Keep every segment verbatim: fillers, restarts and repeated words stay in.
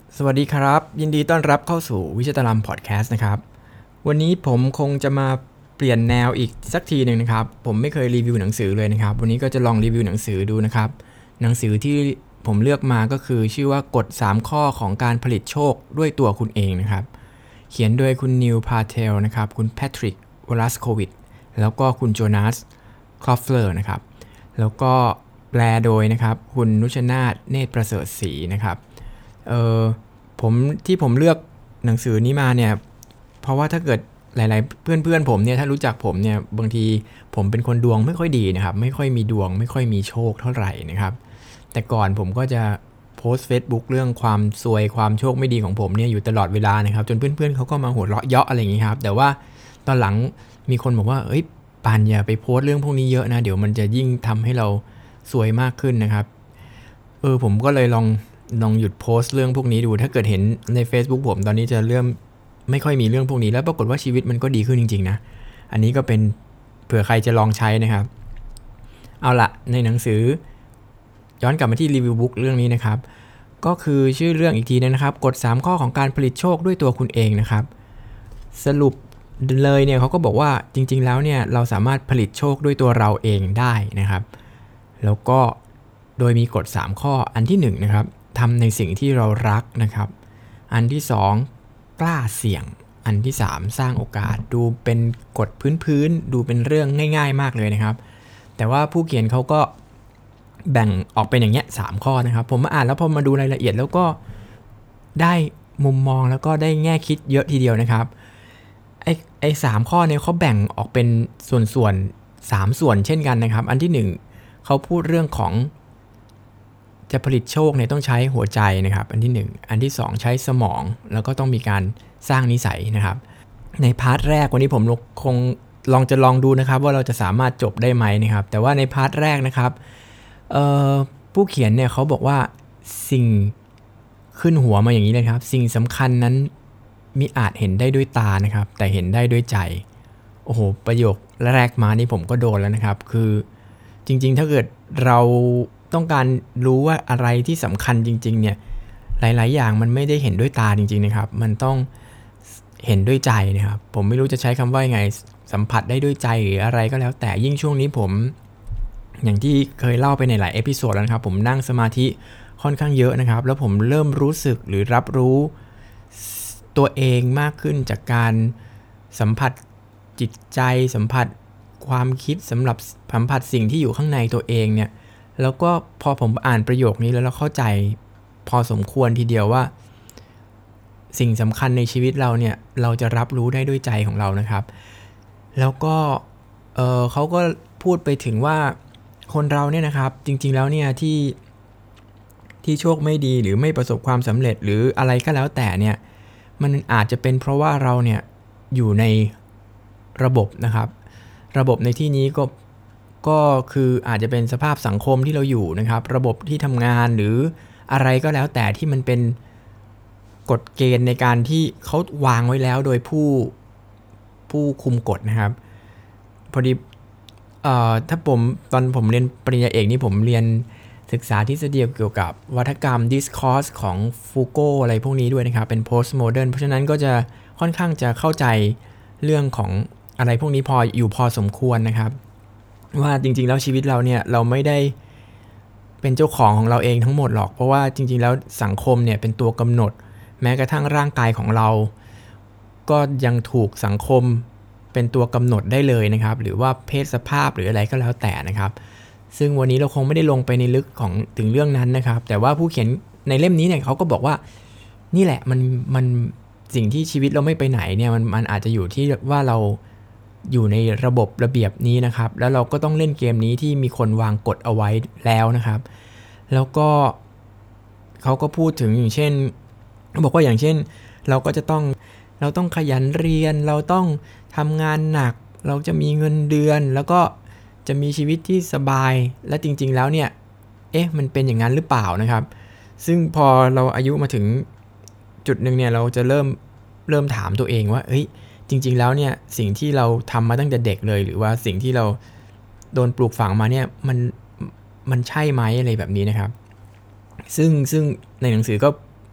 สวัสดีครับยินดีต้อนรับเข้าสู่วิชตาลัมพอดแคสต์นะครับวันนี้ผมคงจะมาเปลี่ยนแนวอีกสักทีหนึ่งนะครับผมไม่เคยรีวิวหนังสือเลยนะครับวันนี้ก็จะลองรีวิวหนังสือดูนะครับหนังสือที่ผมเลือกมาก็คือชื่อว่ากฎสามข้อของการผลิตโชคด้วยตัวคุณเองนะครับเขียนโดยคุณนิวพาเทลนะครับคุณแพทริกวลาสโควิดแล้วก็คุณโจนาสคลอฟเลอร์นะครับแล้วก็แปลโดยนะครับคุณนุชนาถเนตรประเสริฐศรีนะครับเออผมที่ผมเลือกหนังสือนี้มาเนี่ยเพราะว่าถ้าเกิดหลายๆเพื่อนๆผมเนี่ยถ้ารู้จักผมเนี่ยบางทีผมเป็นคนดวงไม่ค่อยดีนะครับไม่ค่อยมีดวงไม่ค่อยมีโชคเท่าไหร่นะครับแต่ก่อนผมก็จะโพสต์ Facebook เรื่องความซวยความโชคไม่ดีของผมเนี่ยอยู่ตลอดเวลานะครับจนเพื่อนๆเขาก็มาหัวเราะเยาะอะไรอย่างงี้ครับแต่ว่าตอนหลังมีคนบอกว่าเอ้ยปานอย่าไปโพสต์เรื่องพวกนี้เยอะนะเดี๋ยวมันจะยิ่งทำให้เราซวยมากขึ้นนะครับเออผมก็เลยลองลองหยุดโพสต์เรื่องพวกนี้ดูถ้าเกิดเห็นใน Facebook ผมตอนนี้จะเริ่มไม่ค่อยมีเรื่องพวกนี้แล้วปรากฏว่าชีวิตมันก็ดีขึ้นจริงๆนะอันนี้ก็เป็นเผื่อใครจะลองใช้นะครับเอาละในหนังสือย้อนกลับมาที่รีวิวบุ๊กเรื่องนี้นะครับก็คือชื่อเรื่องอีกทีนะครับกฎสามข้อของการผลิตโชคด้วยตัวคุณเองนะครับสรุปเลยเนี่ยเขาก็บอกว่าจริงๆแล้วเนี่ยเราสามารถผลิตโชคด้วยตัวเราเองได้นะครับแล้วก็โดยมีกฎสามข้ออันที่หนึ่งนะครับทำในสิ่งที่เรารักนะครับอันที่สองกล้าเสี่ยงอันที่สามสร้างโอกาสดูเป็นกฎพื้นๆดูเป็นเรื่องง่ายๆมากเลยนะครับแต่ว่าผู้เขียนเขาก็แบ่งออกเป็นอย่างเงี้ยสามข้อนะครับผมมาอ่านแล้วพอมาดูรายละเอียดแล้วก็ได้มุมมองแล้วก็ได้แง่คิดเยอะทีเดียวนะครับไอ้ไอ้สามข้อเนี่ยเขาแบ่งออกเป็นส่วนๆสามส่วนเช่นกันนะครับอันที่หนึ่งเขาพูดเรื่องของจะผลิตโชคเนี่ยต้องใช้หัวใจนะครับอันที่หนึ่งอันที่สองใช้สมองแล้วก็ต้องมีการสร้างนิสัยนะครับในพาร์ทแรกวันนี้ผมคงลองจะลองดูนะครับว่าเราจะสามารถจบได้ไหมนะครับแต่ว่าในพาร์ทแรกนะครับผู้เขียนเนี่ยเขาบอกว่าสิ่งขึ้นหัวมาอย่างนี้เลยครับสิ่งสำคัญนั้นมิอาจเห็นได้ด้วยตานะครับแต่เห็นได้ด้วยใจโอ้โหประโยคแรกมานี่ผมก็โดนแล้วนะครับคือจริงๆถ้าเกิดเราต้องการรู้ว่าอะไรที่สำคัญจริงๆเนี่ยหลายๆอย่างมันไม่ได้เห็นด้วยตาจริงๆนะครับมันต้องเห็นด้วยใจนะครับผมไม่รู้จะใช้คำว่ายังไงสัมผัสได้ด้วยใจหรืออะไรก็แล้วแต่ยิ่งช่วงนี้ผมอย่างที่เคยเล่าไปในหลายเอพิโซดแล้วนะครับผมนั่งสมาธิค่อนข้างเยอะนะครับแล้วผมเริ่มรู้สึกหรือรับรู้ตัวเองมากขึ้นจากการสัมผัสจิตใจสัมผัสความคิดสำหรับสัมผัสสิ่งที่อยู่ข้างในตัวเองเนี่ยแล้วก็พอผมอ่านประโยคนี้แล้วเราเข้าใจพอสมควรทีเดียวว่าสิ่งสำคัญในชีวิตเราเนี่ยเราจะรับรู้ได้ด้วยใจของเรานะครับแล้วก็เออเขาก็พูดไปถึงว่าคนเราเนี่ยนะครับจริงๆแล้วเนี่ยที่ที่โชคไม่ดีหรือไม่ประสบความสำเร็จหรืออะไรก็แล้วแต่เนี่ยมันอาจจะเป็นเพราะว่าเราเนี่ยอยู่ในระบบนะครับระบบในที่นี้ก็ก็คืออาจจะเป็นสภาพสังคมที่เราอยู่นะครับระบบที่ทำงานหรืออะไรก็แล้วแต่ที่มันเป็นกฎเกณฑ์ในการที่เขาวางไว้แล้วโดยผู้ผู้คุมกฎนะครับพอดีเอ่อถ้าผมตอนผมเรียนปริญญาเอกนี่ผมเรียนศึกษาทฤษฎีเกี่ยวกับวัฒกรรม discourse ของฟูโกอะไรพวกนี้ด้วยนะครับเป็น postmodern เพราะฉะนั้นก็จะค่อนข้างจะเข้าใจเรื่องของอะไรพวกนี้พออยู่พอสมควรนะครับว่าจริงๆแล้วชีวิตเราเนี่ยเราไม่ได้เป็นเจ้าของของเราเองทั้งหมดหรอกเพราะว่าจริงๆแล้วสังคมเนี่ยเป็นตัวกำหนดแม้กระทั่งร่างกายของเราก็ยังถูกสังคมเป็นตัวกำหนดได้เลยนะครับหรือว่าเพศสภาพหรืออะไรก็แล้วแต่นะครับซึ่งวันนี้เราคงไม่ได้ลงไปในลึกของถึงเรื่องนั้นนะครับแต่ว่าผู้เขียนในเล่มนี้เนี่ยเขาก็บอกว่านี่แหละมันมันสิ่งที่ชีวิตเราไม่ไปไหนเนี่ยมันมันอาจจะอยู่ที่ว่าเราอยู่ในระบบระเบียบนี้นะครับแล้วเราก็ต้องเล่นเกมนี้ที่มีคนวางกฎเอาไว้แล้วนะครับแล้วก็เขาก็พูดถึงอย่างเช่นเขาบอกว่าอย่างเช่นเราก็จะต้องเราต้องขยันเรียนเราต้องทำงานหนักเราจะมีเงินเดือนแล้วก็จะมีชีวิตที่สบายและจริงๆแล้วเนี่ยเอ๊ะมันเป็นอย่างนั้นหรือเปล่านะครับซึ่งพอเราอายุมาถึงจุดนึงเนี่ยเราจะเริ่มเริ่มถามตัวเองว่าเฮ้ยจริงๆแล้วเนี่ยสิ่งที่เราทำมาตั้งแต่เด็กเลยหรือว่าสิ่งที่เราโดนปลูกฝังมาเนี่ยมันมันใช่ไหมอะไรแบบนี้นะครับซึ่งซึ่งในหนังสือก็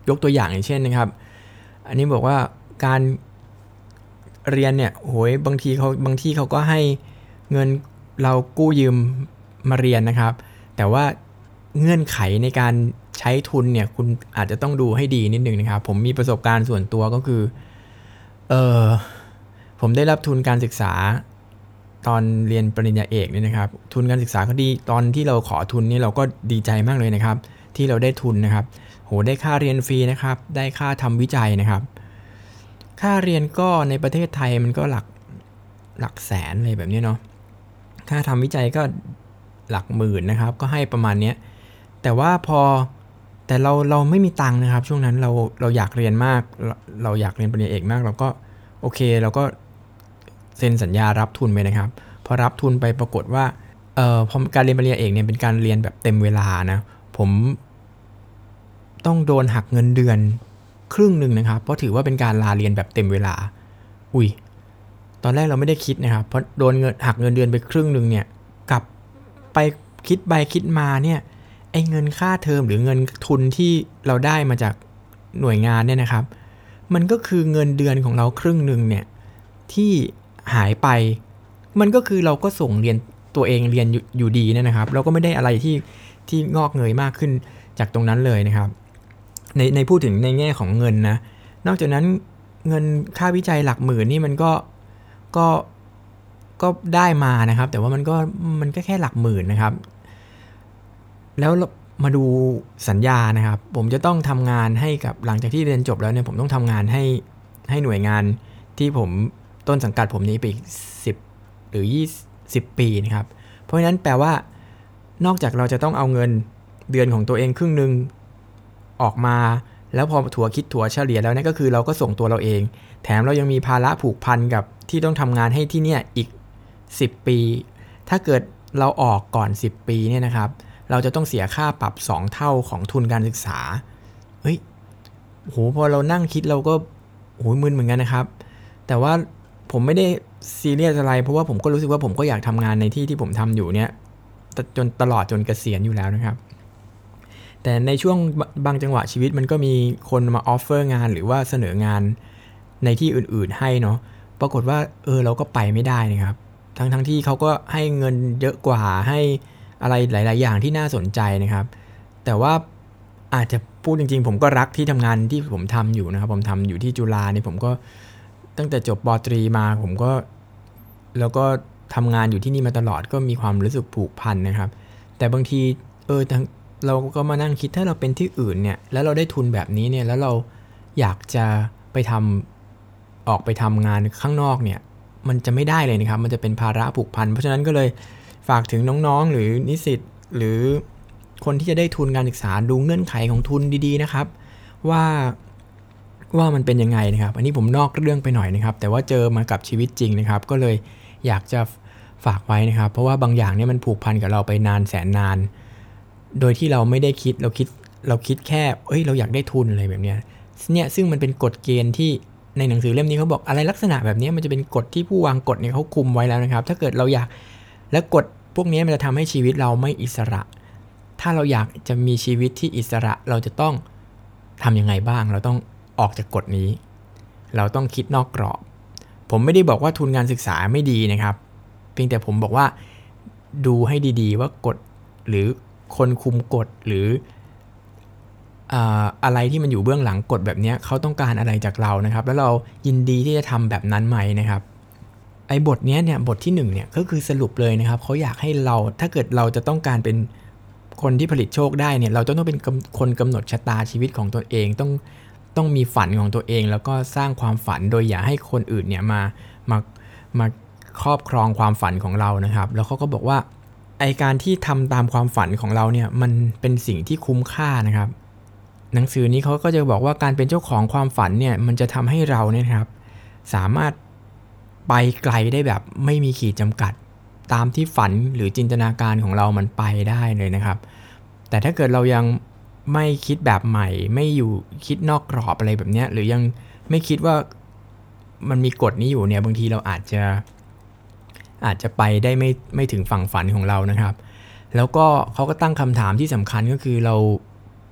ยกตัวอย่างอย่างเช่นนะครับอันนี้บอกว่าการเรียนเนี่ยโหยบางทีเขาบางที่เขาก็ให้เงินเรากู้ยืมมาเรียนนะครับแต่ว่าเงื่อนไขในการใช้ทุนเนี่ยคุณอาจจะต้องดูให้ดีนิดนึงนะครับผมมีประสบการณ์ส่วนตัวก็คือเออผมได้รับทุนการศึกษาตอนเรียนปริญญาเอกเนี่ยนะครับทุนการศึกษาก็ดีตอนที่เราขอทุนนี่เราก็ดีใจมากเลยนะครับที่เราได้ทุนนะครับโหได้ค่าเรียนฟรีนะครับได้ค่าทำวิจัยนะครับค่าเรียนก็ในประเทศไทยมันก็หลักหลักแสนเลยแบบนี้เนาะค่าทำวิจัยก็หลักหมื่นนะครับก็ให้ประมาณนี้แต่ว่าพอแต่เราเราไม่มีตังค์นะครับช่วงนั้นเราเราอยากเรียนมากเราเราอยากเรียนปริญญาเอกมากเราก็โอเคเราก็เซ็นสัญญารับทุนไปนะครับพอรับทุนไปปรากฏว่าเอ่อพอการเรียนปริญญาเอกเนี่ยเป็นการเรียนแบบเต็มเวลานะผมต้องโดนหักเงินเดือนครึ่งนึงนะครับเพราะถือว่าเป็นการลาเรียนแบบเต็มเวลาอุ้ยตอนแรกเราไม่ได้คิดนะครับเพราะโดนเงินหักเงินเดือนไปครึ่งนึงเนี่ยกลับไปคิดไปคิดมาเนี่ยไอ้เงินค่าเทอมหรือเงินทุนที่เราได้มาจากหน่วยงานเนี่ยนะครับมันก็คือเงินเดือนของเราครึ่งนึงเนี่ยที่หายไปมันก็คือเราก็ส่งเรียนตัวเองเรียนอยู่ดีเนี่ยนะครับเราก็ไม่ได้อะไรที่ที่งอกเงยมากขึ้นจากตรงนั้นเลยนะครับในในพูดถึงในแง่ของเงินนะนอกจากนั้นเงินค่าวิจัยหลักหมื่นนี่มันก็ก็ก็ได้มานะครับแต่ว่ามันก็มันก็แค่หลักหมื่นนะครับแล้วมาดูสัญญานะครับผมจะต้องทำงานให้กับหลังจากที่เรียนจบแล้วเนี่ยผมต้องทำงานให้ให้หน่วยงานที่ผมต้นสังกัดผมนี้ไปอีกสิบหรือยี่สิบปีนะครับเพราะฉะนั้นแปลว่านอกจากเราจะต้องเอาเงินเดือนของตัวเองครึ่งนึงออกมาแล้วพอถัวคิดถัวเฉลี่ยแล้วนั่นก็คือเราก็ส่งตัวเราเองแถมเรายังมีภาระผูกพันกับที่ต้องทำงานให้ที่เนี่ยอีกสิบปีถ้าเกิดเราออกก่อนสิบปีเนี่ยนะครับเราจะต้องเสียค่าปรับสองเท่าของทุนการศึกษาเฮ้ยโหพอเรานั่งคิดเราก็โหมึนเหมือนกันนะครับแต่ว่าผมไม่ได้ซีเรียสอะไรเพราะว่าผมก็รู้สึกว่าผมก็อยากทำงานในที่ที่ผมทำอยู่เนี่ยจนตลอดจนเกษียณอยู่แล้วนะครับแต่ในช่วงบางจังหวะชีวิตมันก็มีคนมาออฟเฟอร์งานหรือว่าเสนองานในที่อื่นๆให้เนาะปรากฏว่าเออเราก็ไปไม่ได้นะครับทั้งทั้งที่เขาก็ให้เงินเยอะกว่าให้อะไรหลายๆอย่างที่น่าสนใจนะครับแต่ว่าอาจจะพูดจริงๆผมก็รักที่ทำงานที่ผมทำอยู่นะครับผมทำอยู่ที่จุฬาเนี่ยผมก็ตั้งแต่จบป.ตรีมาผมก็แล้วก็ทำงานอยู่ที่นี่มาตลอดก็มีความรู้สึกผูกพันนะครับแต่บางทีเออเราก็มานั่งคิดถ้าเราเป็นที่อื่นเนี่ยแล้วเราได้ทุนแบบนี้เนี่ยแล้วเราอยากจะไปทำออกไปทำงานข้างนอกเนี่ยมันจะไม่ได้เลยนะครับมันจะเป็นภาระผูกพันเพราะฉะนั้นก็เลยฝากถึงน้องๆหรือนิสิตหรือคนที่จะได้ทุนการศึกษาดูเงื่อนไขของทุนดีๆนะครับว่าว่ามันเป็นยังไงนะครับอันนี้ผมนอกเรื่องไปหน่อยนะครับแต่ว่าเจอมากับชีวิตจริงนะครับก็เลยอยากจะฝากไว้นะครับเพราะว่าบางอย่างเนี่ยมันผูกพันกับเราไปนานแสนนานโดยที่เราไม่ได้คิดเราคิดเราคิดแค่เอ้ยเราอยากได้ทุนอะไรแบบเนี้ยเนี่ยซึ่งมันเป็นกฎเกณฑ์ที่ในหนังสือเล่มนี้เขาบอกอะไรลักษณะแบบนี้มันจะเป็นกฎที่ผู้วางกฎเนี่ยเขาคุมไว้แล้วนะครับถ้าเกิดเราอยากและกฎพวกนี้มันจะทำให้ชีวิตเราไม่อิสระถ้าเราอยากจะมีชีวิตที่อิสระเราจะต้องทำยังไงบ้างเราต้องออกจากกฎนี้เราต้องคิดนอกกรอบผมไม่ได้บอกว่าทุนการศึกษาไม่ดีนะครับเพียงแต่ผมบอกว่าดูให้ดีๆว่ากฎหรือคนคุมกฎหรืออ่าอะไรที่มันอยู่เบื้องหลังกฎแบบนี้เขาต้องการอะไรจากเรานะครับแล้วเรายินดีที่จะทำแบบนั้นไหมนะครับไอ้บทนี้เนี่ยบทที่หนึ่งเนี่ยก็คือสรุปเลยนะครับเขาอยากให้เราถ้าเกิดเราจะต้องการเป็นคนที่ผลิตโชคได้เนี่ยเราต้องเป็นคนกำหนดชะตาชีวิตของตัวเองต้องต้องมีฝันของตัวเองแล้วก็สร้างความฝันโดยอย่าให้คนอื่นเนี่ยมามามาครอบครองความฝันของเรานะครับแล้วเขาก็บอกว่าไอการที่ทำตามความฝันของเราเนี่ยมันเป็นสิ่งที่คุ้มค่านะครับหนังสือนี้เขาก็จะบอกว่าการเป็นเจ้าของความฝันเนี่ยมันจะทำให้เราเนี่ยครับสามารถไปไกลได้แบบไม่มีขีดจำกัดตามที่ฝันหรือจินตนาการของเรามันไปได้เลยนะครับแต่ถ้าเกิดเรายังไม่คิดแบบใหม่ไม่อยู่คิดนอกกรอบอะไรแบบนี้หรือยังไม่คิดว่ามันมีกฎนี้อยู่เนี่ยบางทีเราอาจจะอาจจะไปได้ไม่ไม่ถึงฝั่งฝันของเรานะครับแล้วก็เขาก็ตั้งคำถามที่สำคัญก็คือเรา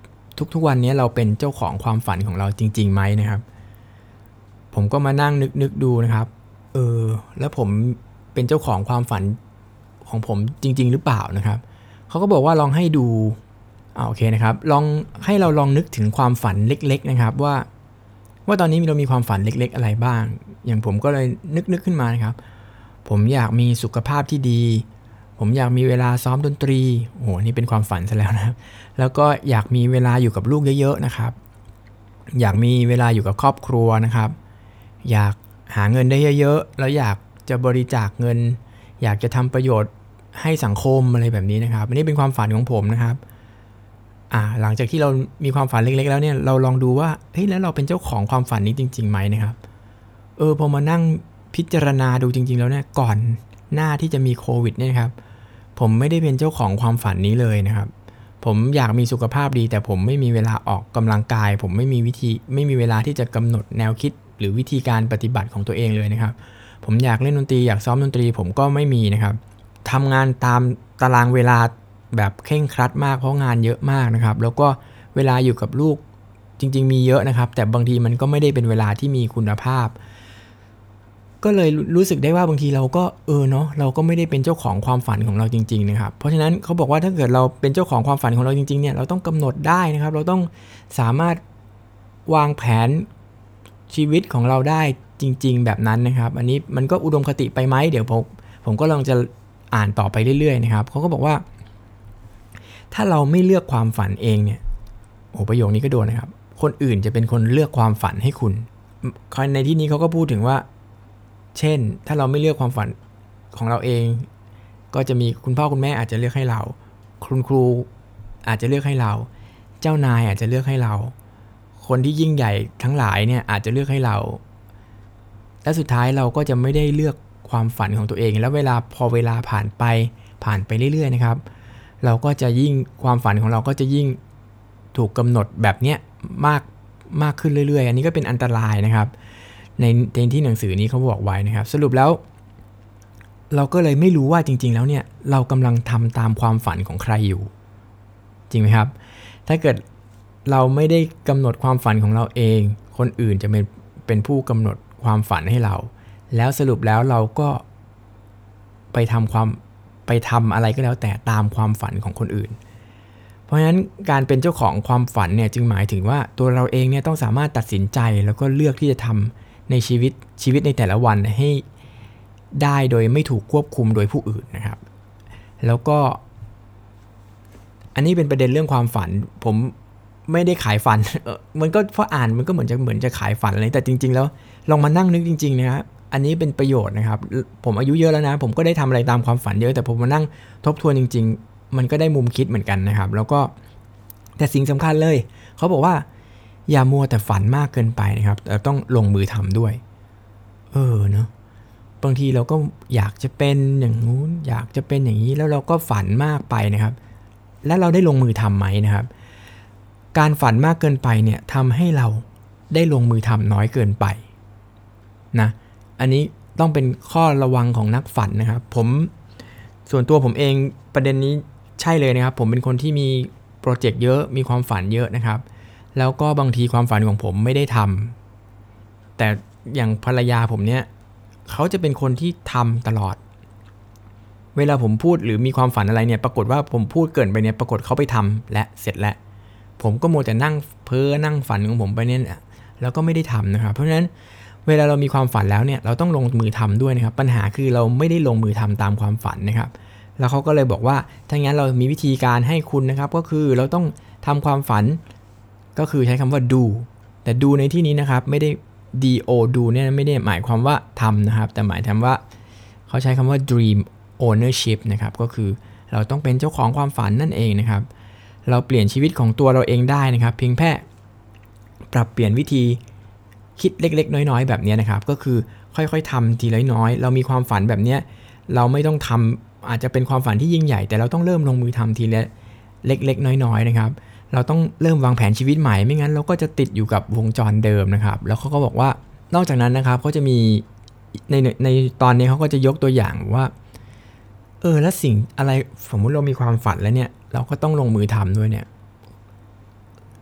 ทุกๆวันนี้เราเป็นเจ้าของความฝันของเราจริงๆไหมนะครับผมก็มานั่งนึกๆดูนะครับเออแล้วผมเป็นเจ้าของความฝันของผมจริงๆหรือเปล่านะครับเขาก็บอกว่าลองให้ดูอ่าโอเคนะครับลองให้เราลองนึกถึงความฝันเล็กๆนะครับว่าว่าตอนนี้เรามีความฝันเล็กๆอะไรบ้างอย่างผมก็เลยนึกๆขึ้นมานะครับผมอยากมีสุขภาพที่ดีผมอยากมีเวลาซ้อมดนตรีโอ้โหนี่เป็นความฝันซะแล้วนะครับแล้วก็อยากมีเวลาอยู่กับลูกเยอะๆนะครับอยากมีเวลาอยู่กับครอบครัวนะครับอยากหาเงินได้เยอะๆแล้วอยากจะบริจาคเงินอยากจะทำประโยชน์ให้สังคมอะไรแบบนี้นะครับอันนี้เป็นความฝันของผมนะครับอ่าหลังจากที่เรามีความฝันเล็กๆแล้วเนี่ยเราลองดูว่าเฮ้ยแล้วเราเป็นเจ้าของความฝันนี้จริงๆไหมนะครับเออพอมานั่งพิจารณาดูจริงๆแล้วเนี่ยก่อนหน้าที่จะมีโควิดเนี่ยครับผมไม่ได้เป็นเจ้าของความฝันนี้เลยนะครับผมอยากมีสุขภาพดีแต่ผมไม่มีเวลาออกกำลังกายผมไม่มีวิธีไม่มีเวลาที่จะกำหนดแนวคิดหรือวิธีการปฏิบัติของตัวเองเลยนะครับผมอยากเล่นดนตรีอยากซ้อมดนตรีผมก็ไม่มีนะครับทำงานตามตารางเวลาแบบเคร่งครัดมากเพราะงานเยอะมากนะครับแล้วก็เวลาอยู่กับลูกจริงๆมีเยอะนะครับแต่บางทีมันก็ไม่ได้เป็นเวลาที่มีคุณภาพก็เลยรู้สึกได้ว่าบางทีเราก็เออเนาะเราก็ไม่ได้เป็นเจ้าของความฝันของเราจริงๆนะครับเพราะฉะนั้นเขาบอกว่าถ้าเกิดเราเป็นเจ้าของความฝันของเราจริงๆเนี่ยเราต้องกำหนดได้นะครับเราต้องสามารถวางแผนชีวิตของเราได้จริงๆแบบนั้นนะครับอันนี้มันก็อุดมคติไปไหมเดี๋ยวผมผมก็ลองจะอ่านต่อไปเรื่อยๆนะครับเขาก็บอกว่าถ้าเราไม่เลือกความฝันเองเนี่ยโอ้ประโยคนี้ก็โดนนะครับคนอื่นจะเป็นคนเลือกความฝันให้คุณในที่นี้เขาก็พูดถึงว่าเช่นถ้าเราไม่เลือกความฝันของเราเองก็จะมีคุณพ่อคุณแม่อาจจะเลือกให้เราคุณครูอาจจะเลือกให้เราเจ้านายอาจจะเลือกให้เราคนที่ยิ่งใหญ่ทั้งหลายเนี่ยอาจจะเลือกให้เราและสุดท้ายเราก็จะไม่ได้เลือกความฝันของตัวเองแล้วเวลาพอเวลาผ่านไปผ่านไปเรื่อยๆนะครับเราก็จะยิ่งความฝันของเราก็จะยิ่งถูกกำหนดแบบเนี้ยมากมากขึ้นเรื่อยๆอันนี้ก็เป็นอันตรายนะครับในในที่หนังสือนี้เขาบอกไว้นะครับสรุปแล้วเราก็เลยไม่รู้ว่าจริงๆแล้วเนี่ยเรากำลังทำตามความฝันของใครอยู่จริงไหมครับถ้าเกิดเราไม่ได้กำหนดความฝันของเราเองคนอื่นจะเป็นเป็นผู้กำหนดความฝันให้เราแล้วสรุปแล้วเราก็ไปทำความไปทำอะไรก็แล้วแต่ตามความฝันของคนอื่นเพราะฉะนั้นการเป็นเจ้าของความฝันเนี่ยจึงหมายถึงว่าตัวเราเองเนี่ยต้องสามารถตัดสินใจแล้วก็เลือกที่จะทำในชีวิตชีวิตในแต่ละวันให้ได้โดยไม่ถูกควบคุมโดยผู้อื่นนะครับแล้วก็อันนี้เป็นประเด็นเรื่องความฝันผมไม่ได้ขายฝันมันก็พออ่านมันก็เหมือนจะเหมือนจะขายฝันอะไรแต่จริงๆแล้วลองมานั่งนึกจริงๆนะครับอันนี้เป็นประโยชน์นะครับผมอายุเยอะแล้วนะผมก็ได้ทำอะไรตามความฝันเยอะแต่ผมมานั่งทบทวนจริงๆมันก็ได้มุมคิดเหมือนกันนะครับแล้วก็แต่สิ่งสำคัญเลยเขาบอกว่าอย่ามัวแต่ฝันมากเกินไปนะครับแต่ต้องลงมือทำด้วยเออเนาะบางทีเราก็อยากจะเป็นอย่างนู้นอยากจะเป็นอย่างนี้แล้วเราก็ฝันมากไปนะครับแล้วเราได้ลงมือทำไหมนะครับการฝันมากเกินไปเนี่ยทำให้เราได้ลงมือทำน้อยเกินไปนะอันนี้ต้องเป็นข้อระวังของนักฝันนะครับผมส่วนตัวผมเองประเด็นนี้ใช่เลยนะครับผมเป็นคนที่มีโปรเจกต์เยอะมีความฝันเยอะนะครับแล้วก็บางทีความฝันของผมไม่ได้ทำแต่อย่างภรรยาผมเนี่ยเขาจะเป็นคนที่ทำตลอดเวลาผมพูดหรือมีความฝันอะไรเนี่ยปรากฏว่าผมพูดเกินไปเนี่ยปรากฏเขาไปทำและเสร็จแล้วผมก็มัวแต่นั่งเพ้อนั่งฝันของผมไปเนี่ยแล้วก็ไม่ได้ทำนะครับเพราะฉะนั้นเวลาเรามีความฝันแล้วเนี่ยเราต้องลงมือทำด้วยนะครับปัญหาคือเราไม่ได้ลงมือทำตามความฝันนะครับแล้วเขาก็เลยบอกว่าถ้างั้นเรามีวิธีการให้คุณนะครับก็คือเราต้องทำความฝันก็คือใช้คำว่า do แต่ do ในที่นี้นะครับไม่ได้ do do เนี่ยไม่ได้หมายความว่าทำนะครับแต่หมายถึงว่าเขาใช้คำว่า dream ownership นะครับก็คือเราต้องเป็นเจ้าของความฝันนั่นเองนะครับเราเปลี่ยนชีวิตของตัวเราเองได้นะครับเพียงแค่ปรับเปลี่ยนวิธีคิดเล็กๆน้อยๆแบบนี้นะครับก็คือค่อยๆทำทีละน้อยเรามีความฝันแบบนี้เราไม่ต้องทำอาจจะเป็นความฝันที่ยิ่งใหญ่แต่เราต้องเริ่มลงมือทำทีละเล็กๆน้อยๆนะครับเราต้องเริ่มวางแผนชีวิตใหม่ไม่งั้นเราก็จะติดอยู่กับวงจรเดิมนะครับแล้วเขาก็บอกว่านอกจากนั้นนะครับเขาจะมีในในตอนนี้เขาก็จะยกตัวอย่างว่าเออแล้วสิ่งอะไรสมมุติเรามีความฝันแล้วเนี่ยเราก็ต้องลงมือทำด้วยเนี่ย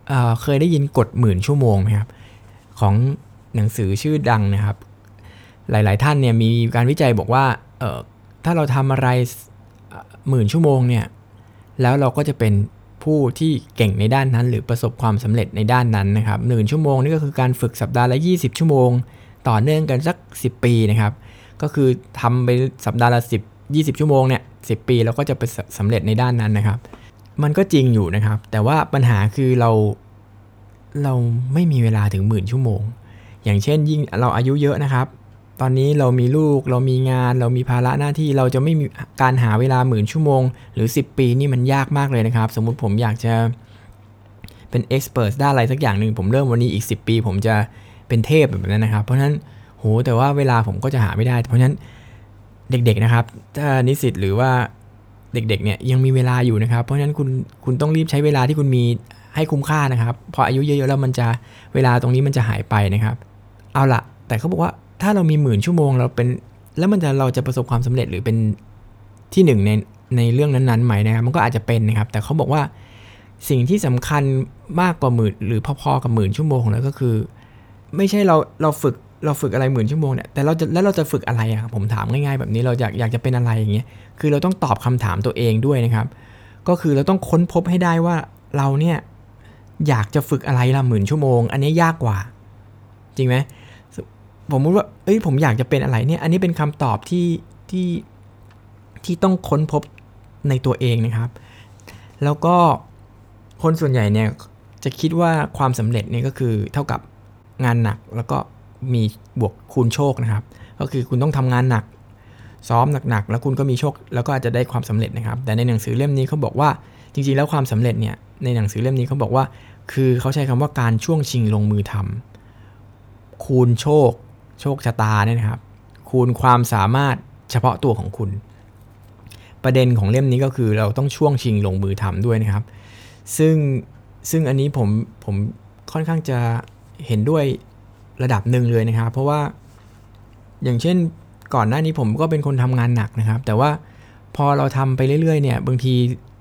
เอ่อเคยได้ยินกฎหมื่นชั่วโมงไหมครับของหนังสือชื่อดังนะครับหลายๆท่านเนี่ยมีการวิจัยบอกว่าเอ่อถ้าเราทำอะไรหมื่นชั่วโมงเนี่ยแล้วเราก็จะเป็นผู้ที่เก่งในด้านนั้นหรือประสบความสำเร็จในด้านนั้นนะครับหนึ่งชั่วโมงนี่ก็คือการฝึกสัปดาห์ละยี่สิบชั่วโมงต่อเนื่องกันสักสิบปีนะครับก็คือทำไปสัปดาห์ละสิบ ยี่สิบชั่วโมงเนี่ยสิบปีเราก็จะไปสำเร็จในด้านนั้นนะครับมันก็จริงอยู่นะครับแต่ว่าปัญหาคือเราเราไม่มีเวลาถึงหมื่นชั่วโมงอย่างเช่นยิ่งเราอายุเยอะนะครับตอนนี้เรามีลูกเรามีงานเรามีภาระหน้าที่เราจะไม่มีการหาเวลาหมื่นชั่วโมงหรือสิบปีนี่มันยากมากเลยนะครับสมมุติผมอยากจะเป็นเอ็กซ์เพิร์ทด้านอะไรสักอย่างนึงผมเริ่มวันนี้อีกสิบปีผมจะเป็นเทพแบบนั้นนะครับเพราะฉะนั้นโหแต่ว่าเวลาผมก็จะหาไม่ได้เพราะฉะนั้นเด็กๆนะครับถ้านิสิตหรือว่าเด็กๆเนี่ยยังมีเวลาอยู่นะครับเพราะฉะนั้นคุณคุณต้องรีบใช้เวลาที่คุณมีให้คุ้มค่านะครับพออายุเยอะๆแล้วมันจะเวลาตรงนี้มันจะหายไปนะครับเอาล่ะแต่เขาบอกว่าถ้าเรามีหมื่นชั่วโมงเราเป็นแล้วมันจะเราจะประสบความสำเร็จหรือเป็นที่หนึ่งในในเรื่องนั้นๆไหมนะครับมันก็อาจจะเป็นนะครับแต่เขาบอกว่าสิ่งที่สำคัญมากกว่าหมื่นหรือพอๆกับหมื่นชั่วโมงแล้วก็คือไม่ใช่เราเราฝึกเราฝึกอะไรหมื่นชั่วโมงเนี่ยแต่เราจะแล้วเราจะฝึกอะไรอะผมถามง่ายๆแบบนี้เราอยากอยากจะเป็นอะไรอย่างเงี้ยคือเราต้องตอบคำถามตัวเองด้วยนะครับก็คือเราต้องค้นพบให้ได้ว่าเราเนี่ยอยากจะฝึกอะไรละหมื่นชั่วโมงอันนี้ยากกว่าจริงไหมผมว่าเอ้ยผมอยากจะเป็นอะไรเนี่ยอันนี้เป็นคำตอบที่ที่ที่ต้องค้นพบในตัวเองนะครับแล้วก็คนส่วนใหญ่เนี่ยจะคิดว่าความสำเร็จเนี่ยก็คือเท่ากับงานหนักแล้วก็มีบวกคูณโชคนะครับก็คือคุณต้องทำงานหนักซ้อมหนักๆแล้วคุณก็มีโชคแล้วก็อาจจะได้ความสำเร็จนะครับแต่ในหนังสือเล่มนี้เขาบอกว่าจริงๆแล้วความสำเร็จเนี่ยในหนังสือเล่มนี้เขาบอกว่าคือเขาใช้คำว่าการช่วงชิงลงมือทำคูณโชคโชคชะตาเนี่ยนะครับคูณความสามารถเฉพาะตัวของคุณประเด็นของเล่มนี้ก็คือเราต้องช่วงชิงลงมือทำด้วยนะครับซึ่งซึ่งอันนี้ผมผมค่อนข้างจะเห็นด้วยระดับหนึ่งเลยนะครับเพราะว่าอย่างเช่นก่อนหน้านี้ผมก็เป็นคนทำงานหนักนะครับแต่ว่าพอเราทำไปเรื่อยๆเนี่ยบางที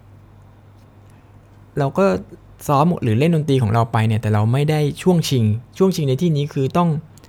เราก็ซ้อมหรือเล่นดนตรีของเราไปเนี่ยแต่เราไม่ได้ช่วงชิงช่วงชิงในที่นี้คือต้อง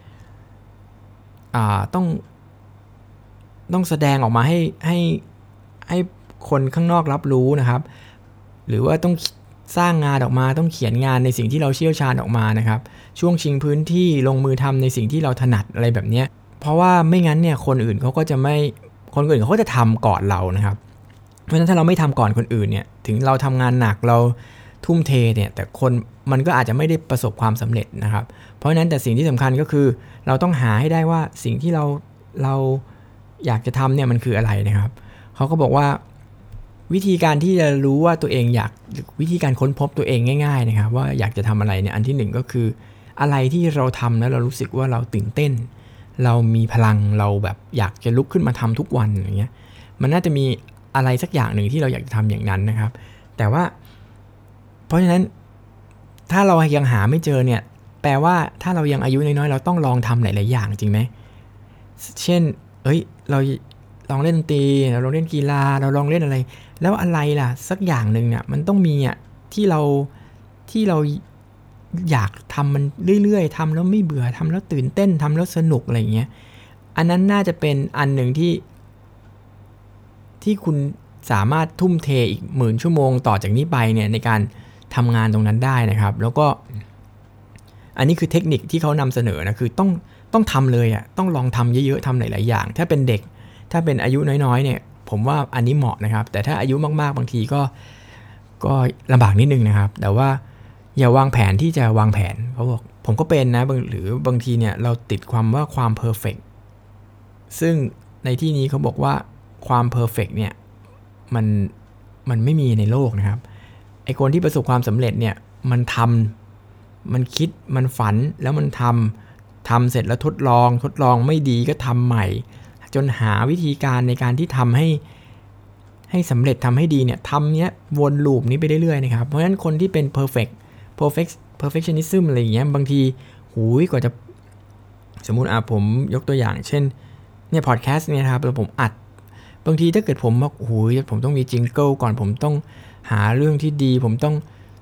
อ่าต้องต้องแสดงออกมาให้ให้ให้คนข้างนอกรับรู้นะครับหรือว่าต้องสร้างงานออกมาต้องเขียนงานในสิ่งที่เราเชี่ยวชาญออกมานะครับช่วงชิงพื้นที่ลงมือทำในสิ่งที่เราถนัดอะไรแบบนี้เพราะว่าไม่งั้นเนี่ยคนอื่นเขาก็จะไม่คนอื่นเขาก็จะทำก่อนเรานะครับเพราะฉะนั้นถ้าเราไม่ทำก่อนคนอื่นเนี่ยถึงเราทำงานหนักเราทุ่มเทเนี่ยแต่คนมันก็อาจจะไม่ได้ประสบความสำเร็จนะครับเพราะฉะนั้นแต่สิ่งที่สำคัญก็คือเราต้องหาให้ได้ว่าสิ่งที่เราเราอยากจะทำเนี่ยมันคืออะไรนะครับเขาก็บอกว่าวิธีการที่จะรู้ว่าตัวเองอยากวิธีการค้นพบตัวเองง่ายๆนะครับว่าอยากจะทำอะไรเนี่ยอันที่หนึ่งก็คืออะไรที่เราทำแล้วเรารู้สึกว่าเราตื่นเต้นเรามีพลังเราแบบอยากจะลุกขึ้นมาทำทุกวันอย่างเงี้ยมันน่าจะมีอะไรสักอย่างหนึ่งที่เราอยากจะทำอย่างนั้นนะครับแต่ว่าเพราะฉะนั้นถ้าเรายังหาไม่เจอเนี่ยแปลว่าถ้าเรายังอายุน้อยๆเราต้องลองทำหลายๆอย่างจริงไหมเช่นเอ้ยเราลองเล่นดนตรีเราลองเล่นกีฬาเราลองเล่นอะไรแล้วอะไรล่ะสักอย่างหนึ่งเนี่ยมันต้องมีอ่ะที่เราที่เราอยากทำมันเรื่อยๆทำแล้วไม่เบื่อทำแล้วตื่นเต้นทำแล้วสนุกอะไรเงี้ยอันนั้นน่าจะเป็นอันหนึ่งที่ที่คุณสามารถทุ่มเทอีกหมื่นชั่วโมงต่อจากนี้ไปเนี่ยในการทำงานตรงนั้นได้นะครับแล้วก็อันนี้คือเทคนิคที่เขานำเสนอนะคือต้องต้องทำเลยอ่ะต้องลองทำเยอะๆทำหลายๆอย่างถ้าเป็นเด็กถ้าเป็นอายุน้อยๆเนี่ยผมว่าอันนี้เหมาะนะครับแต่ถ้าอายุมากๆบางทีก็ก็ลำบากนิดนึงนะครับแต่ว่าอย่าวางแผนที่จะวางแผนเขาบอกผมก็เป็นนะหรือบางทีเนี่ยเราติดความว่าความเพอร์เฟกต์ซึ่งในที่นี้เขาบอกว่าความเพอร์เฟกต์เนี่ยมันมันไม่มีในโลกนะครับไอ้คนที่ประสบความสำเร็จเนี่ยมันทำมันคิดมันฝันแล้วมันทำทำเสร็จแล้วทดลองทดลองไม่ดีก็ทำใหม่จนหาวิธีการในการที่ทำให้ให้สำเร็จทำให้ดีเนี่ยทำเนี้ยวนลูปนี้ไปเรื่อยๆนะครับเพราะฉะนั้นคนที่เป็น perfect perfect perfectionism อะไรอย่างเงี้ยบางทีหูยกว่าจะสมมุติอ่ะผมยกตัวอย่างเช่นเนี่ยพอดแคสต์เนี่ยครับแล้วผมอัดบางทีถ้าเกิดผมบอกหูยผมต้องมีจิงเกิลก่อนผมต้องหาเรื่องที่ดีผมต้อง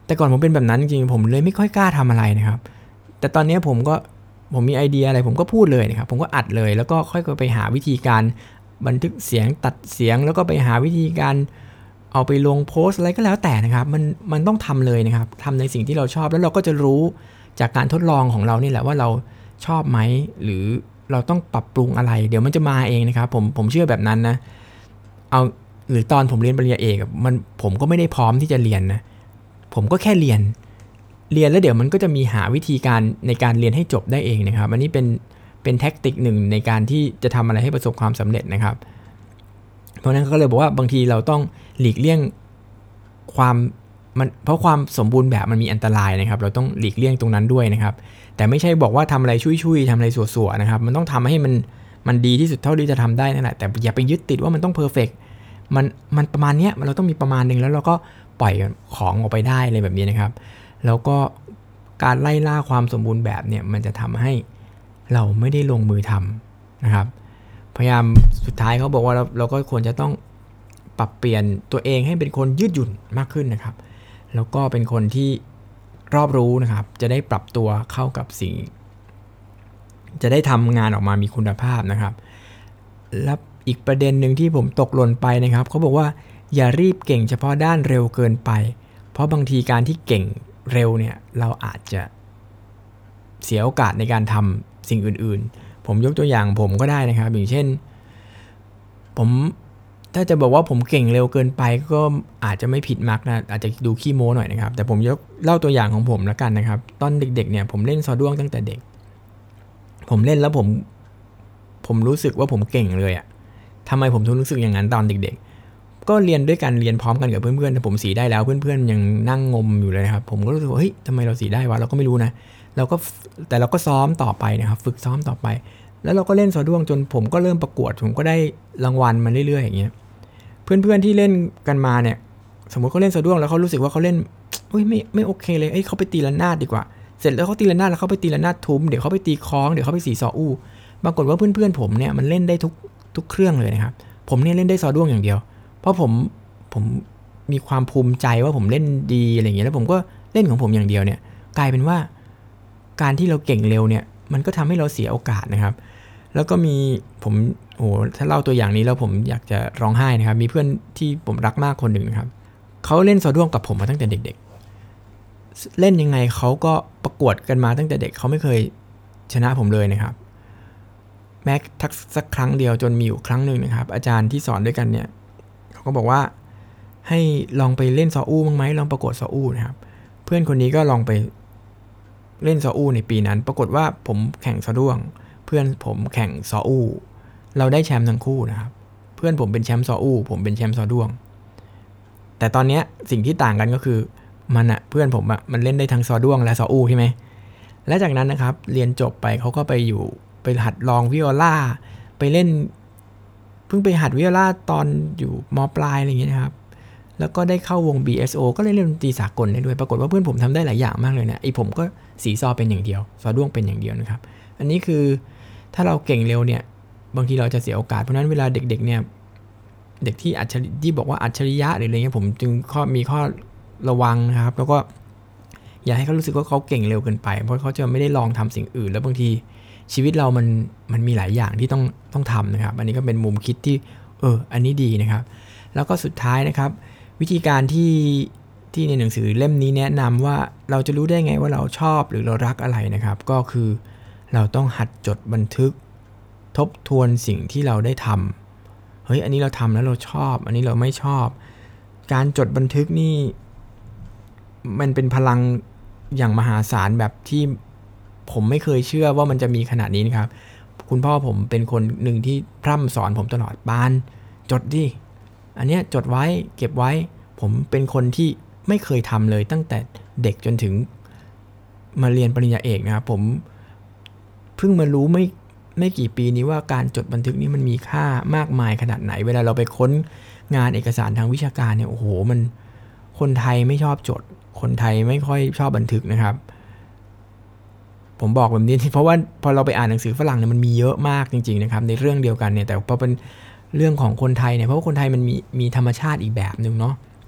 แต่ก่อนผมเป็นแบบนั้นจริงๆผมเลยไม่ค่อยกล้าทำอะไรนะครับแต่ตอนนี้ผมก็ผมมีไอเดียอะไรผมก็พูดเลยนะครับผมก็อัดเลยแล้วก็ค่อยไปหาวิธีการบันทึกเสียงตัดเสียงแล้วก็ไปหาวิธีการเอาไปลงโพสอะไรก็แล้วแต่นะครับมันมันต้องทำเลยนะครับทำในสิ่งที่เราชอบแล้วเราก็จะรู้จากการทดลองของเรานี่แหละว่าเราชอบไหมหรือเราต้องปรับปรุงอะไรเดี๋ยวมันจะมาเองนะครับผมผมเชื่อแบบนั้นนะเอาหรือตอนผมเรียนปริญญาเอกมันผมก็ไม่ได้พร้อมที่จะเรียนนะผมก็แค่เรียนเรียนแล้วเดี๋ยวมันก็จะมีหาวิธีการในการเรียนให้จบได้เองนะครับอันนี้เป็นเป็นแท็กติกหนึ่งในการที่จะทำอะไรให้ประสบความสำเร็จนะครับเพราะนั้นก็เลยบอกว่าบางทีเราต้องหลีกเลี่ยงความมันเพราะความสมบูรณ์แบบมันมีอันตรายนะครับเราต้องหลีกเลี่ยงตรงนั้นด้วยนะครับแต่ไม่ใช่บอกว่าทำอะไรชุยๆทำอะไรสัวๆนะครับมันต้องทำให้มันมันดีที่สุดเท่าที่จะทำได้นั่นแหละแต่อย่าไปยึดติดว่ามันต้องเพอร์เฟกต์มันมันประมาณนี้เราต้องมีประมาณนึงแล้วเราก็ปล่อยของออกไปได้อะไรแบบนี้นะครับแล้วก็การไล่ล่าความสมบูรณ์แบบเนี่ยมันจะทำให้เราไม่ได้ลงมือทำนะครับพยายามสุดท้ายเขาบอกว่าเราเราก็ควรจะต้องปรับเปลี่ยนตัวเองให้เป็นคนยืดหยุ่นมากขึ้นนะครับแล้วก็เป็นคนที่รอบรู้นะครับจะได้ปรับตัวเข้ากับสิ่งจะได้ทำงานออกมามีคุณภาพนะครับและอีกประเด็นหนึ่งที่ผมตกหล่นไปนะครับเขาบอกว่าอย่ารีบเก่งเฉพาะด้านเร็วเกินไปเพราะบางทีการที่เก่งเร็วเนี่ยเราอาจจะเสียโอกาสในการทำสิ่งอื่นๆผมยกตัวอย่างผมก็ได้นะครับอย่างเช่นผมถ้าจะบอกว่าผมเก่งเร็วเกินไปก็อาจจะไม่ผิดมากนะอาจจะดูขี้โม้หน่อยนะครับแต่ผมยกเล่าตัวอย่างของผมแล้วกันนะครับตอนเด็กๆเนี่ยผมเล่นซอด้วงตั้งแต่เด็กผมเล่นแล้วผมผมรู้สึกว่าผมเก่งเลยอะทำไมผมถึงรู้สึกอย่างนั้นตอนเด็กๆก็เรียนด้วยกันเรียนพร้อมกันกับเพื่อนๆแต่ผมสีได้แล้วเพื่อนๆยังนั่งงมอยู่เลยนะครับผมก็รู้สึกว่าเฮ้ยทำไมเราสีได้วะเราก็ไม่รู้นะเราก็แต่เราก็ซ้อมต่อไปนะครับฝึกซ้อมต่อไปแล้วเราก็เล่นซอด้วงจนผมก็เริ่มประกวดผมก็ได้รางวัลมาเรื่อยๆอย่างเงี้ยเพื่อนๆที่เล่นกันมาเนี่ยสมมติเขาเล่นซอด้วงแล้วเขารู้สึกว่าเขาเล่นเฮ้ยไม่ไม่โอเคเลยเอ้ยเขาไปตีระนาดดีกว่าเสร็จแล้วเขาตีระนาดแล้วเขาไปตีระนาดทุ้มเดี๋ยวเขาไปตีคล้องเดี๋ยวเขาไปสีซออู้ปรากฏว่าเพื่อนๆผมเนี่ยมันเล่นได้ทุกทุกเครื่องเลยนะครับผมเนี่ยเล่นได้ซอด้วงอย่างเดียวเพราะผมผมมีความภูมิใจว่าผมเล่นดีอะไรอย่างเงี้ยแล้วผมก็เล่นของผมอย่างเดียวเนี่ยกลายเป็นว่าการที่เราเก่งเร็วเนี่ยมันก็ทำให้เราเสียโอกาสนะครับแล้วก็มีผมโอ้ถ้าเล่าตัวอย่างนี้แล้วผมอยากจะร้องไห้นะครับมีเพื่อนที่ผมรักมากคนหนึ่งนะครับเขาเล่นซอด้วงกับผมมาตั้งแต่เด็กๆเล่นยังไงเขาก็ประกวดกันมาตั้งแต่เด็กเขาไม่เคยชนะผมเลยนะครับแม้สักครั้งเดียวจนมีอยู่ครั้งหนึ่งนะครับอาจารย์ที่สอนด้วยกันเนี่ยเขาก็บอกว่าให้ลองไปเล่นซออู้บ้างไหมลองประกวดซออู้นะครับเพื่อนคนนี้ก็ลองไปเล่นซออู้ในปีนั้นปรากฏว่าผมแข่งซอด้วงเพื่อนผมแข่งซออู้เราได้แชมป์ทั้งคู่นะครับเพื่อนผมเป็นแชมป์ซออู้ผมเป็นแชมป์ซอด้วงแต่ตอนนี้สิ่งที่ต่างกันก็คือมันอะเพื่อนผมอะมันเล่นได้ทั้งซอด้วงและซออู้ใช่ไหมและจากนั้นนะครับเรียนจบไปเขาก็ไปอยู่ไปหัดลองวิโอลาไปเล่นเพิ่งไปหัดวิโอลาตอนอยู่ม.ปลายอะไรอย่างเงี้ยนะครับแล้วก็ได้เข้าวง บี เอส โอ ก็เล่นเล่นดนตรีสากลได้ด้วยปรากฏว่าเพื่อนผมทำได้หลายอย่างมากเลยนะไอผมก็สีซอเป็นอย่างเดียวซอด้วงเป็นอย่างเดียวนะครับอันนี้คือถ้าเราเก่งเร็วเนี่ยบางทีเราจะเสียโอกาสเพราะนั้นเวลาเด็กๆเนี่ยเด็กที่อัจฉริที่บอกว่าอัจฉริยะหรืออะไรเงี้ยผมจึงข้อมีข้อระวังนะครับแล้วก็อย่าให้เขารู้สึกว่าเขาเก่งเร็วเกินไปเพราะเขาจะไม่ได้ลองทำสิ่งอื่นแล้วบางทีชีวิตเรามันมันมีหลายอย่างที่ต้องต้องทำนะครับอันนี้ก็เป็นมุมคิดที่เอออันนี้ดีนะครับแล้วก็สุดท้ายนะครับวิธีการที่ที่ในหนังสือเล่มนี้แนะนำว่าเราจะรู้ได้ไงว่าเราชอบหรือเรารักอะไรนะครับก็คือเราต้องหัดจดบันทึกทบทวนสิ่งที่เราได้ทำเฮ้ยอันนี้เราทำแล้วเราชอบอันนี้เราไม่ชอบการจดบันทึกนี่มันเป็นพลังอย่างมหาศาลแบบที่ผมไม่เคยเชื่อว่ามันจะมีขนาดนี้นะครับคุณพ่อผมเป็นคนหนึ่งที่พร่ำสอนผมตลอดบานจดดิอันเนี้ยจดไว้เก็บไว้ผมเป็นคนที่ไม่เคยทำเลยตั้งแต่เด็กจนถึงมาเรียนปริญญาเอกนะครับผมเพิ่งมารู้ไม่ไม่กี่ปีนี้ว่าการจดบันทึกนี้มันมีค่ามากมายขนาดไหนเวลาเราไปค้นงานเอกสารทางวิชาการเนี่ยโอ้โหมันคนไทยไม่ชอบจดคนไทยไม่ค่อยชอบบันทึกนะครับผมบอกแบบนี้เพราะว่าพอเราไปอ่านหนังสือฝรั่งเนี่ยมันมีเยอะมากจริงๆนะครับในเรื่องเดียวกันเนี่ยแต่พอเป็นเรื่องของคนไทยเนี่ยเพราะว่าคนไทยมันมีมีธรรมชาติอีกแบบนึงเนาะ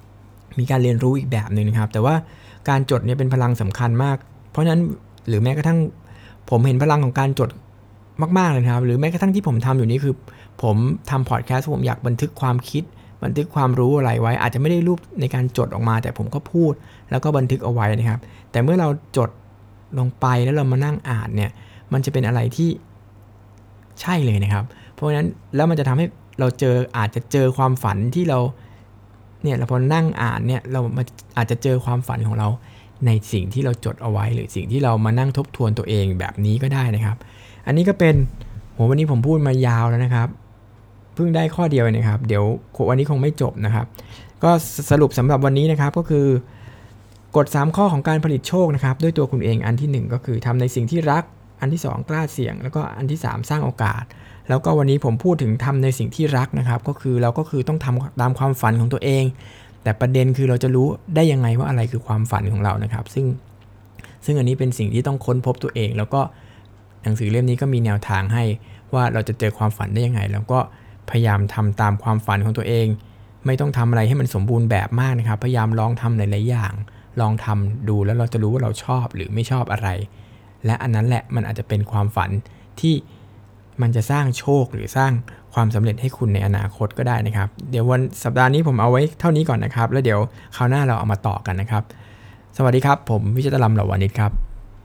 มีการเรียนรู้อีกแบบนึงนะครับแต่ว่าการจดเนี่ยเป็นพลังสำคัญมากเพราะฉะนั้นหรือแม้กระทั่งผมเห็นพลังของการจดมากๆเลยครับหรือแม้กระทั่งที่ผมทำอยู่นี้คือผมทำพอดแคสต์ผมอยากบันทึกความคิดบันทึกความรู้อะไรไว้อาจจะไม่ได้รูปในการจดออกมาแต่ผมก็พูดแล้วก็บันทึกเอาไว้นะครับแต่เมื่อเราจดลงไปแล้วเรามานั่งอ่านเนี่ยมันจะเป็นอะไรที่ใช่เลยนะครับเพราะฉะนั้นแล้วมันจะทำให้เราเจออาจจะเจอความฝันที่เราเนี่ยเราพอนั่งอ่านเนี่ยเราอาจจะเจอความฝันของเราในสิ่งที่เราจดเอาไว้หรือสิ่งที่เรามานั่งทบทวนตัวเองแบบนี้ก็ได้นะครับอันนี้ก็เป็นโหวันนี้ผมพูดมายาวแล้วนะครับเพิ่งได้ข้อเดียวนะครับเดี๋ยววันนี้คงไม่จบนะครับก็สรุปสำหรับวันนี้นะครับก็คือกฎสามข้อของการผลิตโชคนะครับด้วยตัวคุณเองอันที่หนึ่งก็คือทำในสิ่งที่รักอันที่สองกล้าเสี่ยงแล้วก็อันที่สามสร้างโอกาสแล้วก็วันนี้ผมพูดถึงทำในสิ่งที่รักนะครับก็คือเราก็คือต้องทำตามความฝันของตัวเองแต่ประเด็นคือเราจะรู้ได้ยังไงว่าอะไรคือความฝันของเรานะครับซึ่งซึ่งอันนี้เป็นสิ่งที่ต้องค้นพบตัวเองแล้วก็หนังสือเล่มนี้ก็มีแนวทางให้ว่าเราจะเจอความฝันได้ยังไงแล้วก็พยายามทำตามความฝันของตัวเองไม่ต้องทำอะไรให้มันสมบูรณ์แบบมากนะครับพยายามลองทำหลายๆอย่างลองทำดูแล้วเราจะรู้ว่าเราชอบหรือไม่ชอบอะไรและอันนั้นแหละมันอาจจะเป็นความฝันที่มันจะสร้างโชคหรือสร้างความสำเร็จให้คุณในอนาคตก็ได้นะครับเดี๋ยววันสัปดาห์นี้ผมเอาไว้เท่านี้ก่อนนะครับแล้วเดี๋ยวคราวหน้าเราเอามาต่อกันนะครับสวัสดีครับผมวิชิตรำเหล่าวานิชครับ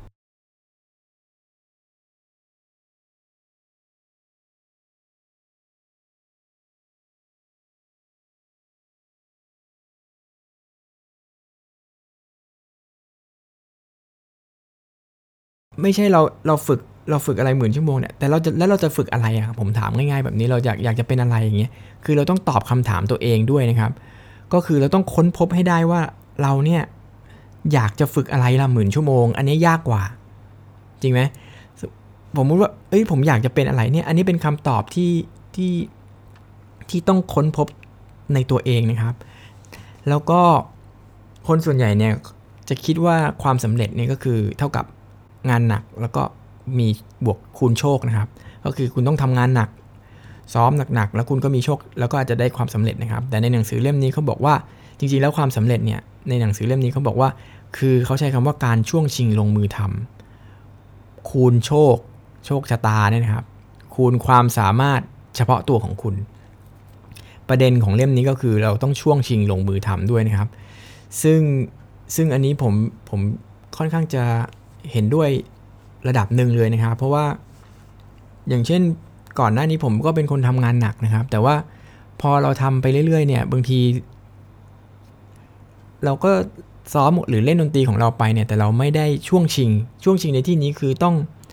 ไม่ใช่เราเราฝึกเราฝึกอะไรหมื่นชั่วโมงเนี่ยแต่เราจะแล้วเราจะฝึกอะไรอะผมถามง่ายๆแบบนี้เราอยากอยากจะเป็นอะไรอย่างเงี้ยคือเราต้องตอบคำถามตัวเองด้วยนะครับก็คือเราต้องค้นพบให้ได้ว่าเราเนี่ยอยากจะฝึกอะไรละหมื่นชั่วโมงอันนี้ยากกว่าจริงไหมผมพูดว่าเอ้ยผมอยากจะเป็นอะไรเนี่ยอันนี้เป็นคำตอบที่ที่ที่ต้องค้นพบในตัวเองนะครับแล้วก็คนส่วนใหญ่เนี่ยจะคิดว่าความสำเร็จเนี่ยก็คือเท่ากับงานหนักแล้วก็มีบวกคูณโชคนะครับก็คือคุณต้องทำงานหนักซ้อมหนักๆแล้วคุณก็มีโชคแล้วก็อาจจะได้ความสำเร็จนะครับแต่ในหนังสือเล่มนี้เขาบอกว่าจริงๆแล้วความสำเร็จเนี่ยในหนังสือเล่มนี้เขาบอกว่าคือเขาใช้คำว่าการช่วงชิงลงมือทำคูณโชคโชคชะตาเนี่ยนะครับคูณความสามารถเฉพาะตัวของคุณประเด็นของเล่มนี้ก็คือเราต้องช่วงชิงลงมือทำด้วยนะครับซึ่งซึ่งอันนี้ผมผมค่อนข้างจะเห็นด้วยระดับหนึ่งเลยนะครับเพราะว่าอย่างเช่นก่อนหน้านี้ผมก็เป็นคนทำงานหนักนะครับแต่ว่าพอเราทำไปเรื่อยๆเนี่ยบางทีเราก็ซ้อมหรือเล่นดนตรีของเราไปเนี่ยแต่เราไม่ได้ช่วงชิงช่วงชิงในที่นี้คือต้อง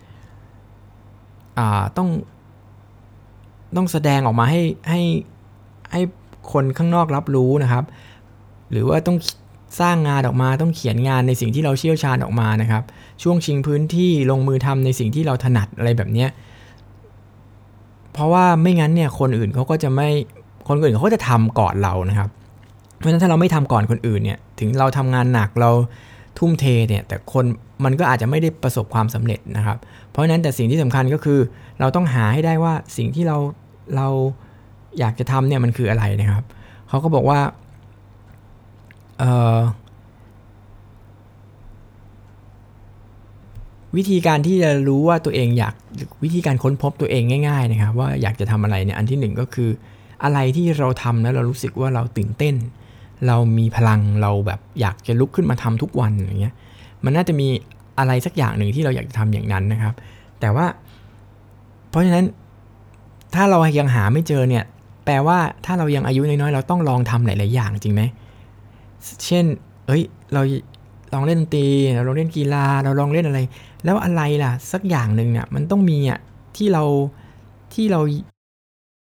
อ่าต้องต้องแสดงออกมาให้ให้ให้คนข้างนอกรับรู้นะครับหรือว่าต้องสร้างงานออกมาต้องเขียนงานในสิ่งที่เราเชี่ยวชาญออกมานะครับช่วงชิงพื้นที่ลงมือทำในสิ่งที่เราถนัดอะไรแบบนี้เพราะว่าไม่งั้นเนี่ยคนอื่นเขาก็จะไม่คนอื่นเขาก็จะทำก่อนเรานะครับเพราะฉะนั้นถ้าเราไม่ทำก่อนคนอื่นเนี่ยถึงเราทำงานหนักเราทุ่มเทเนี่ยแต่คนมันก็อาจจะไม่ได้ประสบความสำเร็จนะครับเพราะฉะนั้นแต่สิ่งที่สำคัญก็คือเราต้องหาให้ได้ว่าสิ่งที่เราเราอยากจะทำเนี่ยมันคืออะไรนะครับเขาก็บอกว่าเอ่อวิธีการที่จะรู้ว่าตัวเองอยากวิธีการค้นพบตัวเองง่ายๆนะครับว่าอยากจะทำอะไรเนี่ยอันที่หนึ่งก็คืออะไรที่เราทำแล้วเรารู้สึกว่าเราตื่นเต้นเรามีพลังเราแบบอยากจะลุกขึ้นมาทำทุกวันอย่างเงี้ยมันน่าจะมีอะไรสักอย่างหนึ่งที่เราอยากจะทำอย่างนั้นนะครับแต่ว่าเพราะฉะนั้นถ้าเรายังหาไม่เจอเนี่ยแปลว่าถ้าเรายังอายุน้อยๆเราต้องลองทำหลายๆอย่างจริงไหมเช่นเอ้ยเราลองเล่นดนตรีเราลองเล่นกีฬาเราลองเล่นอะไรแล้วอะไรล่ะสักอย่างหนึ่งเนี่ยมันต้องมีอ่ะที่เราที่เรา